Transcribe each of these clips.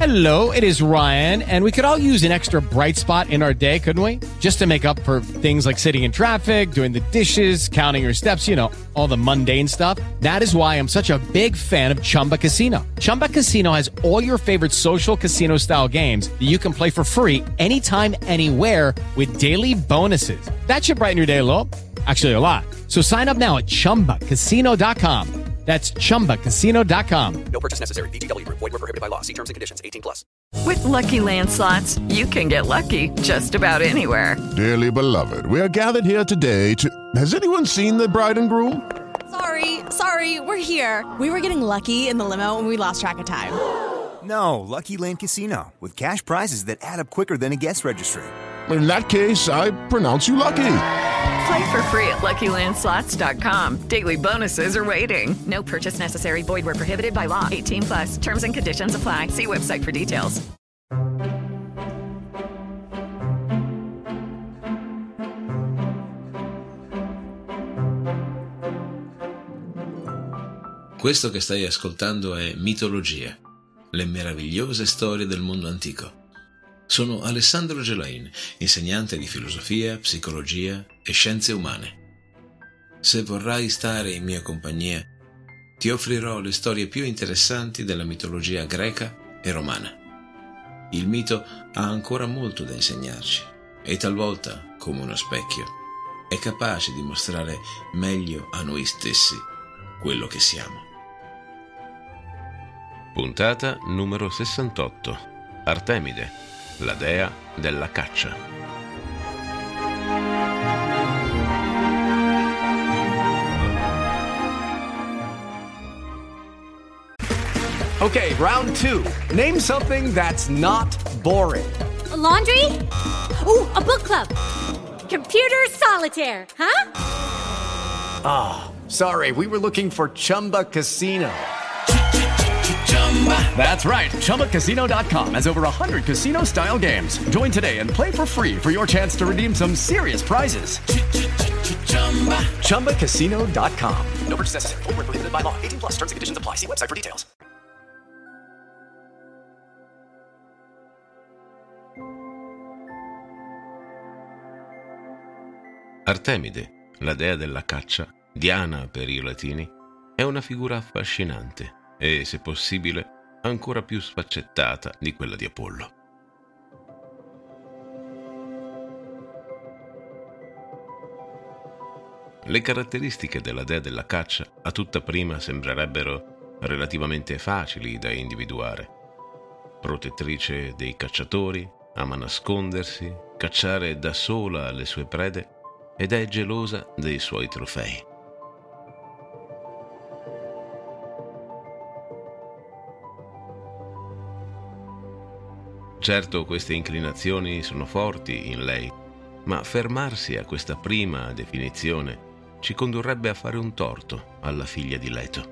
Hello, it is Ryan, and we could all use an extra bright spot in our day, couldn't we? Just to make up for things like sitting in traffic, doing the dishes, counting your steps, you know, all the mundane stuff. That is why I'm such a big fan of Chumba Casino. Chumba Casino has all your favorite social casino-style games that you can play for free anytime, anywhere with daily bonuses. That should brighten your day a little. Actually, a lot. So sign up now at ChumbaCasino.com. That's ChumbaCasino.com. No purchase necessary. VGW Group. Void where prohibited by law. See terms and conditions. 18+. With Lucky Land Slots, you can get lucky just about anywhere. Dearly beloved, we are gathered here today to... Has anyone seen the bride and groom? Sorry, we're here. We were getting lucky in the limo and we lost track of time. No, Lucky Land Casino. With cash prizes that add up quicker than a guest registry. In that case, I pronounce you lucky. Play for free at LuckyLandSlots.com. Daily bonuses are waiting. No purchase necessary. Void where prohibited by law. 18+. Terms and conditions apply. See website for details. Questo che stai ascoltando è Mitologia, le meravigliose storie del mondo antico. Sono Alessandro Gelain, insegnante di filosofia, psicologia e scienze umane. Se vorrai stare in mia compagnia, ti offrirò le storie più interessanti della mitologia greca e romana. Il mito ha ancora molto da insegnarci e talvolta, come uno specchio, è capace di mostrare meglio a noi stessi quello che siamo. Puntata numero 68. Artemide, la dea della caccia. Okay, round two. Name something that's not boring. A laundry? Ooh, a book club. Computer solitaire, huh? Ah, sorry, we were looking for Chumba Casino. That's right. ChumbaCasino.com has over 100 casino-style games. Join today and play for free for your chance to redeem some serious prizes. ChumbaCasino.com. No purchase necessary. Void where prohibited by law. 18+. Terms and conditions apply. See website for details. Artemide, la dea della caccia, Diana per i latini, è una figura affascinante e, se possibile, ancora più sfaccettata di quella di Apollo. Le caratteristiche della dea della caccia a tutta prima sembrerebbero relativamente facili da individuare. Protettrice dei cacciatori, ama nascondersi, cacciare da sola le sue prede ed è gelosa dei suoi trofei. Certo, queste inclinazioni sono forti in lei, ma fermarsi a questa prima definizione ci condurrebbe a fare un torto alla figlia di Leto.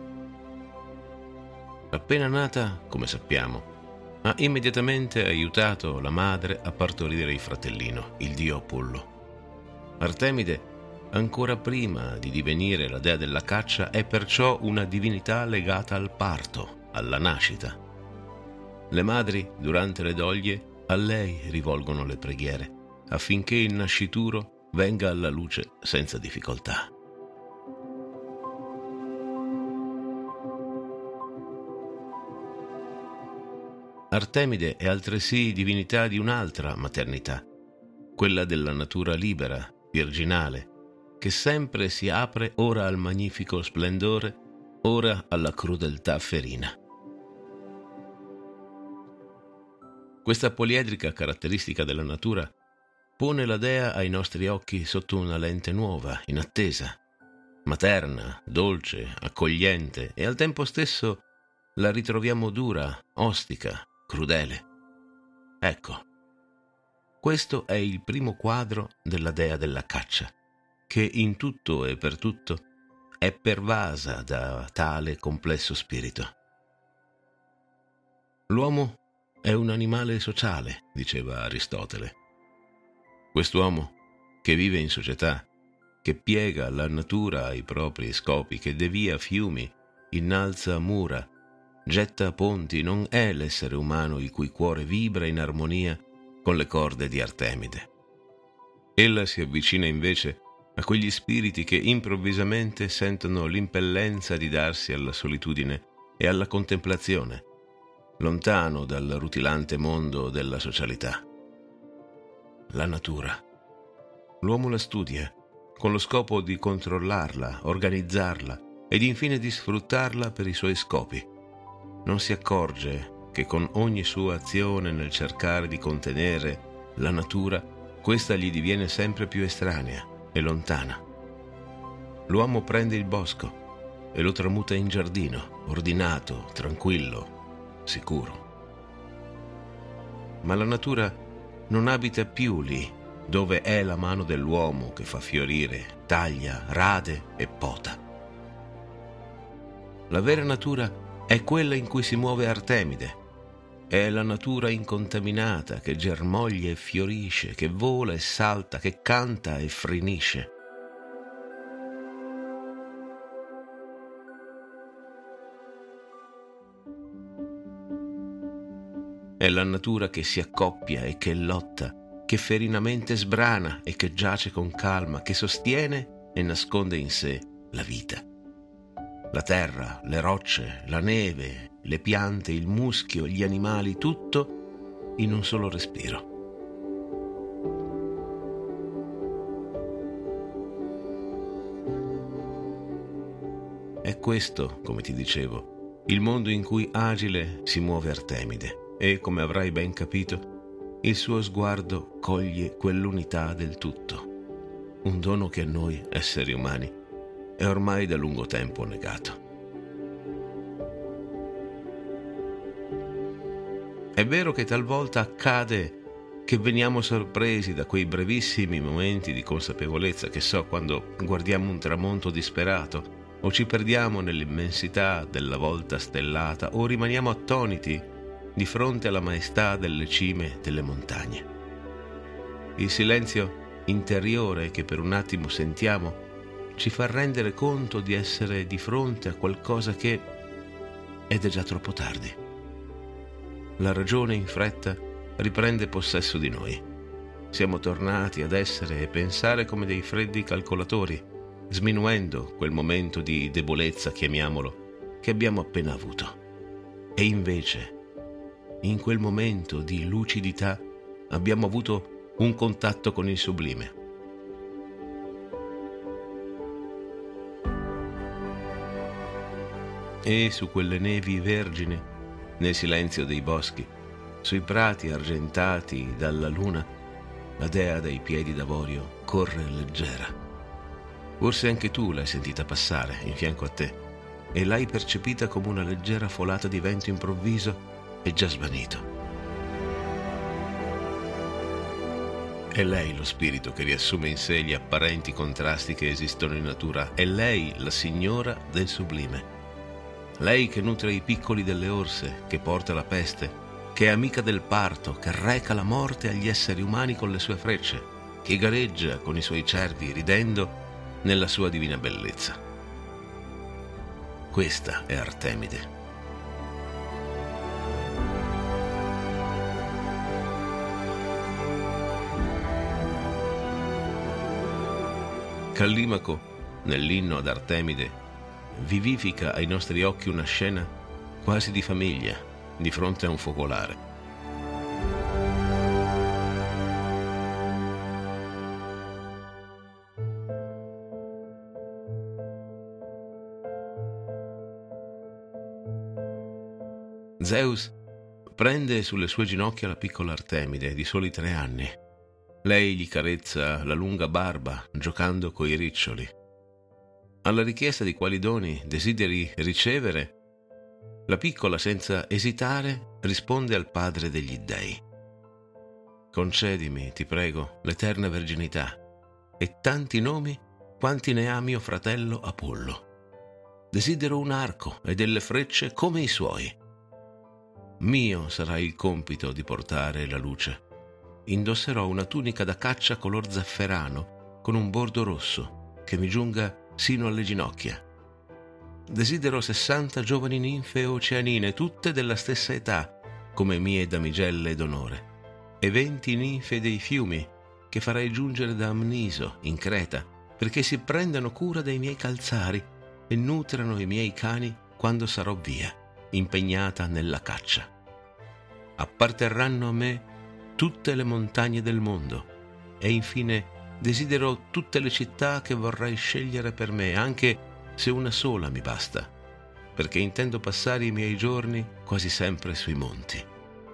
Appena nata, come sappiamo, ha immediatamente aiutato la madre a partorire il fratellino, il dio Apollo. Artemide, ancora prima di divenire la dea della caccia, è perciò una divinità legata al parto, alla nascita. Le madri, durante le doglie, a lei rivolgono le preghiere, affinché il nascituro venga alla luce senza difficoltà. Artemide è altresì divinità di un'altra maternità, quella della natura libera, virginale, che sempre si apre ora al magnifico splendore, ora alla crudeltà ferina. Questa poliedrica caratteristica della natura pone la dea ai nostri occhi sotto una lente nuova, inattesa, materna, dolce, accogliente, e al tempo stesso la ritroviamo dura, ostica, crudele. Ecco, questo è il primo quadro della dea della caccia, che in tutto e per tutto è pervasa da tale complesso spirito. L'uomo è un animale sociale, diceva Aristotele. Quest'uomo che vive in società, che piega la natura ai propri scopi, che devia fiumi, innalza mura, getta ponti, non è l'essere umano il cui cuore vibra in armonia con le corde di Artemide. Ella si avvicina invece a quegli spiriti che improvvisamente sentono l'impellenza di darsi alla solitudine e alla contemplazione, lontano dal rutilante mondo della socialità. La natura. L'uomo la studia con lo scopo di controllarla, organizzarla ed infine di sfruttarla per i suoi scopi. Non si accorge che con ogni sua azione nel cercare di contenere la natura, questa gli diviene sempre più estranea e lontana. L'uomo prende il bosco e lo tramuta in giardino, ordinato, tranquillo, sicuro. Ma la natura non abita più lì, dove è la mano dell'uomo che fa fiorire, taglia, rade e pota. La vera natura è quella in cui si muove Artemide. È la natura incontaminata che germoglia e fiorisce, che vola e salta, che canta e frinisce. È la natura che si accoppia e che lotta, che ferinamente sbrana e che giace con calma, che sostiene e nasconde in sé la vita. La terra, le rocce, la neve, le piante, il muschio, gli animali, tutto in un solo respiro. È questo, come ti dicevo, il mondo in cui agile si muove Artemide e, come avrai ben capito, il suo sguardo coglie quell'unità del tutto, un dono che a noi, esseri umani, è ormai da lungo tempo negato. È vero che talvolta accade che veniamo sorpresi da quei brevissimi momenti di consapevolezza, che so, quando guardiamo un tramonto disperato, o ci perdiamo nell'immensità della volta stellata, o rimaniamo attoniti di fronte alla maestà delle cime delle montagne. Il silenzio interiore che per un attimo sentiamo ci fa rendere conto di essere di fronte a qualcosa ed è già troppo tardi. La ragione in fretta riprende possesso di noi. Siamo tornati ad essere e pensare come dei freddi calcolatori, sminuendo quel momento di debolezza, chiamiamolo, che abbiamo appena avuto. E invece, in quel momento di lucidità, abbiamo avuto un contatto con il sublime. E su quelle nevi vergini, nel silenzio dei boschi, sui prati argentati dalla luna, la dea dai piedi d'avorio corre leggera. Forse anche tu l'hai sentita passare in fianco a te e l'hai percepita come una leggera folata di vento improvviso e già svanito. È lei lo spirito che riassume in sé gli apparenti contrasti che esistono in natura. È lei la signora del sublime. Lei che nutre i piccoli delle orse, che porta la peste, che è amica del parto, che reca la morte agli esseri umani con le sue frecce, che gareggia con i suoi cervi ridendo nella sua divina bellezza. Questa è Artemide. Callimaco, nell'inno ad Artemide, vivifica ai nostri occhi una scena quasi di famiglia, di fronte a un focolare. Zeus prende sulle sue ginocchia la piccola Artemide di soli 3 anni. Lei gli carezza la lunga barba, giocando coi riccioli. Alla richiesta di quali doni desideri ricevere, la piccola, senza esitare, risponde al padre degli dei: concedimi, ti prego, l'eterna verginità e tanti nomi quanti ne ha mio fratello Apollo. Desidero un arco e delle frecce come i suoi. Mio sarà il compito di portare la luce. Indosserò una tunica da caccia color zafferano con un bordo rosso che mi giunga sino alle ginocchia. desidero 60 giovani ninfe oceanine, tutte della stessa età, come mie damigelle d'onore, e 20 ninfe dei fiumi, che farei giungere da Amniso, in Creta, perché si prendano cura dei miei calzari e nutrano i miei cani quando sarò via, impegnata nella caccia. Apparterranno a me tutte le montagne del mondo, e infine desidero tutte le città che vorrai scegliere per me, anche se una sola mi basta, perché intendo passare i miei giorni quasi sempre sui monti.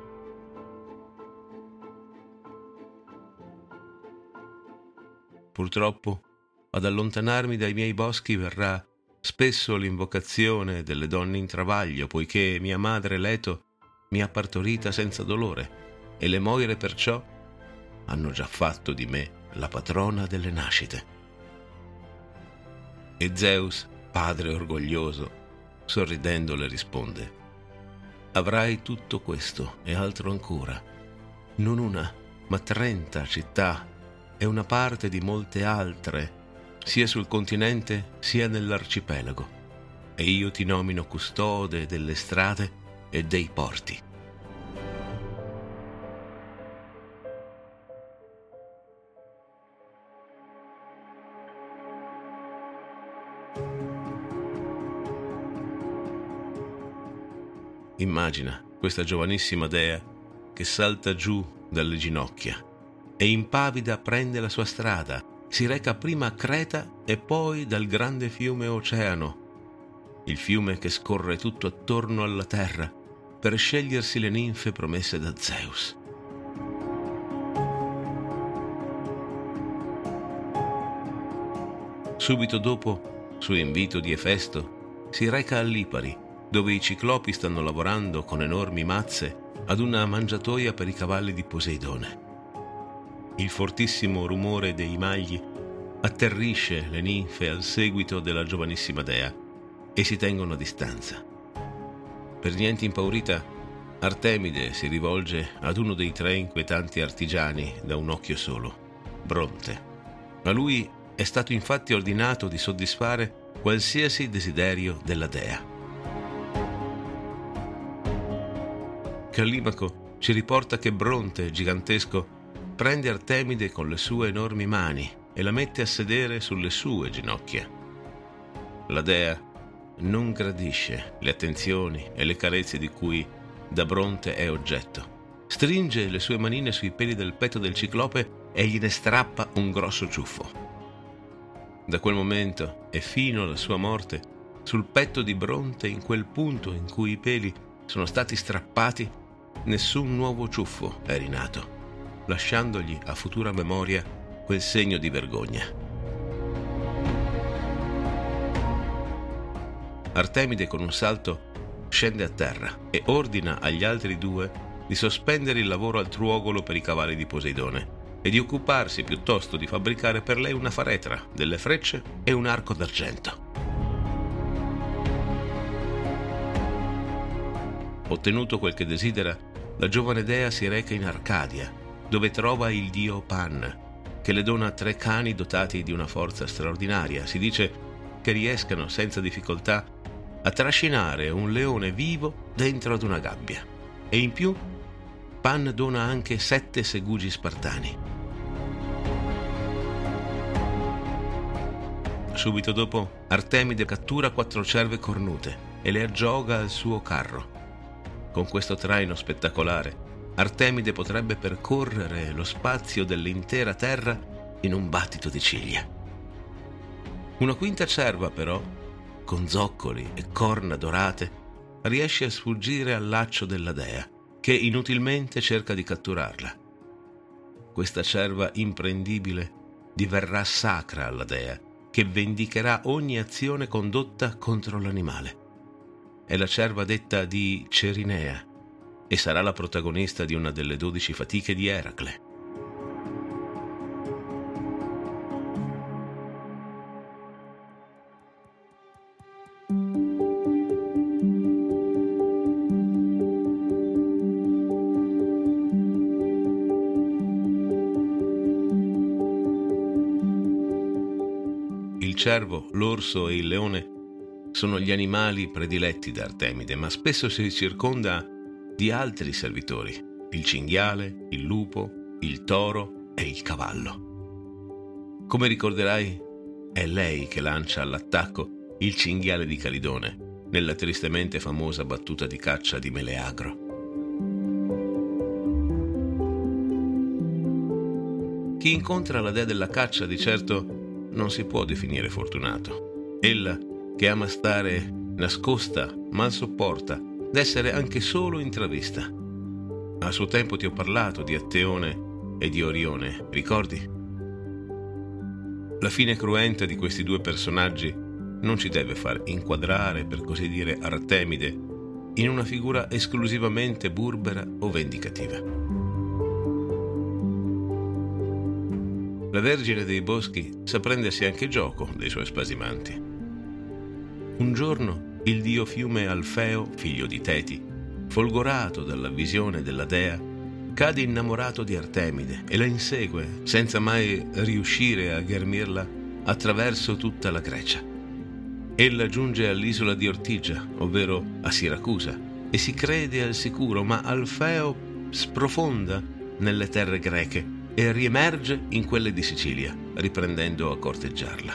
Purtroppo, ad allontanarmi dai miei boschi verrà spesso l'invocazione delle donne in travaglio, poiché mia madre Leto mi ha partorita senza dolore, e le Moire perciò hanno già fatto di me la patrona delle nascite. E Zeus, padre orgoglioso, sorridendo le risponde: avrai tutto questo e altro ancora, non una, ma 30 città e una parte di molte altre, sia sul continente sia nell'arcipelago, e io ti nomino custode delle strade e dei porti. Immagina questa giovanissima dea che salta giù dalle ginocchia e impavida prende la sua strada, si reca prima a Creta e poi dal grande fiume Oceano, il fiume che scorre tutto attorno alla terra, per scegliersi le ninfe promesse da Zeus. Subito dopo, su invito di Efesto, si reca a Lipari, dove i ciclopi stanno lavorando con enormi mazze ad una mangiatoia per i cavalli di Poseidone. Il fortissimo rumore dei magli atterrisce le ninfe al seguito della giovanissima dea e si tengono a distanza. Per niente impaurita, Artemide si rivolge ad uno dei 3 inquietanti artigiani da un occhio solo, Bronte. A lui è stato infatti ordinato di soddisfare qualsiasi desiderio della dea. Callimaco ci riporta che Bronte, gigantesco, prende Artemide con le sue enormi mani e la mette a sedere sulle sue ginocchia. La dea non gradisce le attenzioni e le carezze di cui da Bronte è oggetto. Stringe le sue manine sui peli del petto del ciclope e gliene strappa un grosso ciuffo. Da quel momento e fino alla sua morte, sul petto di Bronte, in quel punto in cui i peli sono stati strappati, nessun nuovo ciuffo è rinato, lasciandogli a futura memoria quel segno di vergogna. Artemide con un salto scende a terra e ordina agli altri 2 di sospendere il lavoro al truogolo per i cavalli di Poseidone e di occuparsi piuttosto di fabbricare per lei una faretra, delle frecce e un arco d'argento. Ottenuto quel che desidera, la giovane dea si reca in Arcadia, dove trova il dio Pan, che le dona 3 cani dotati di una forza straordinaria. Si dice che riescano senza difficoltà a trascinare un leone vivo dentro ad una gabbia. E in più, Pan dona anche 7 segugi spartani. Subito dopo, Artemide cattura 4 cerve cornute e le aggioga al suo carro. Con questo traino spettacolare, Artemide potrebbe percorrere lo spazio dell'intera terra in un battito di ciglia. Una quinta cerva, però, con zoccoli e corna dorate, riesce a sfuggire al laccio della dea, che inutilmente cerca di catturarla. Questa cerva imprendibile diverrà sacra alla dea, che vendicherà ogni azione condotta contro l'animale. È la cerva detta di Cerinea e sarà la protagonista di una delle 12 fatiche di Eracle. Il cervo, l'orso e il leone sono gli animali prediletti da Artemide, ma spesso si circonda di altri servitori: il cinghiale, il lupo, il toro e il cavallo. Come ricorderai, è lei che lancia all'attacco il cinghiale di Calidone nella tristemente famosa battuta di caccia di Meleagro. Chi incontra la dea della caccia di certo non si può definire fortunato. Ella, che ama stare nascosta, mal sopporta d'essere anche solo intravista. A suo tempo ti ho parlato di Atteone e di Orione, ricordi? La fine cruenta di questi due personaggi non ci deve far inquadrare, per così dire, Artemide in una figura esclusivamente burbera o vendicativa. La Vergine dei Boschi sa prendersi anche gioco dei suoi spasimanti. Un giorno il dio fiume Alfeo, figlio di Teti, folgorato dalla visione della dea, cade innamorato di Artemide e la insegue senza mai riuscire a ghermirla attraverso tutta la Grecia. Ella giunge all'isola di Ortigia, ovvero a Siracusa, e si crede al sicuro, ma Alfeo sprofonda nelle terre greche e riemerge in quelle di Sicilia, riprendendo a corteggiarla.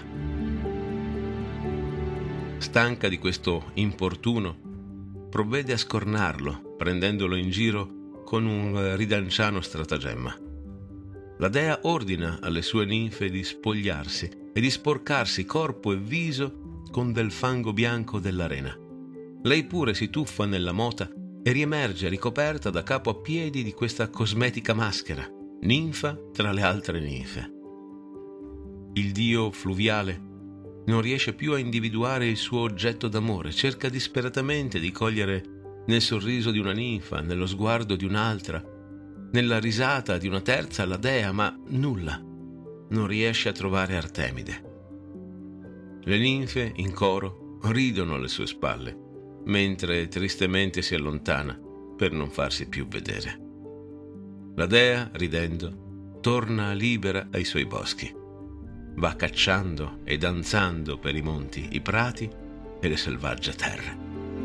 Stanca di questo importuno, provvede a scornarlo, prendendolo in giro con un ridanciano stratagemma. La dea ordina alle sue ninfe di spogliarsi e di sporcarsi corpo e viso con del fango bianco dell'arena. Lei pure si tuffa nella mota e riemerge ricoperta da capo a piedi di questa cosmetica maschera, ninfa tra le altre ninfe. Il dio fluviale non riesce più a individuare il suo oggetto d'amore, cerca disperatamente di cogliere nel sorriso di una ninfa, nello sguardo di un'altra, nella risata di una terza la dea, ma nulla. Non riesce a trovare Artemide. Le ninfe in coro ridono alle sue spalle, mentre tristemente si allontana per non farsi più vedere. La dea, ridendo, torna libera ai suoi boschi. Va cacciando e danzando per i monti, i prati e le selvagge terre.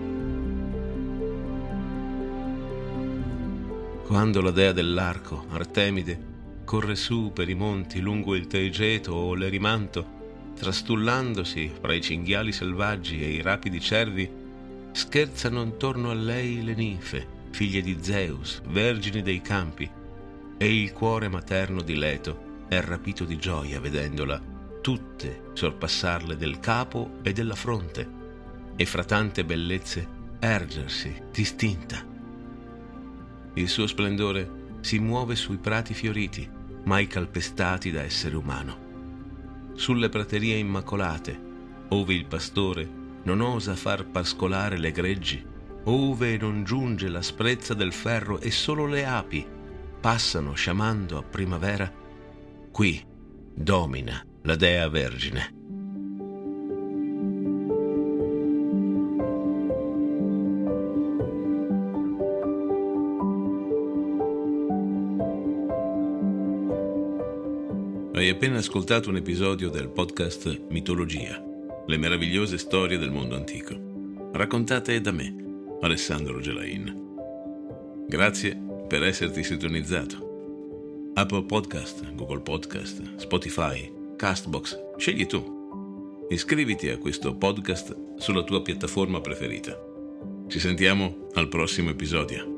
Quando la dea dell'arco, Artemide, corre su per i monti lungo il Teigeto o l'Erimanto, trastullandosi fra i cinghiali selvaggi e i rapidi cervi, scherzano intorno a lei le ninfe, figlie di Zeus, vergini dei campi, e il cuore materno di Leto è rapito di gioia vedendola tutte sorpassarle del capo e della fronte, e fra tante bellezze ergersi distinta. Il suo splendore si muove sui prati fioriti, mai calpestati da essere umano, sulle praterie immacolate, ove il pastore non osa far pascolare le greggi, ove non giunge l'asprezza del ferro e solo le api passano sciamando a primavera. Qui domina la dea vergine. Hai appena ascoltato un episodio del podcast Mitologia, le meravigliose storie del mondo antico, raccontate da me, Alessandro Gelain. Grazie per esserti sintonizzato. Apple Podcast, Google Podcast, Spotify, Castbox, scegli tu. Iscriviti a questo podcast sulla tua piattaforma preferita. Ci sentiamo al prossimo episodio.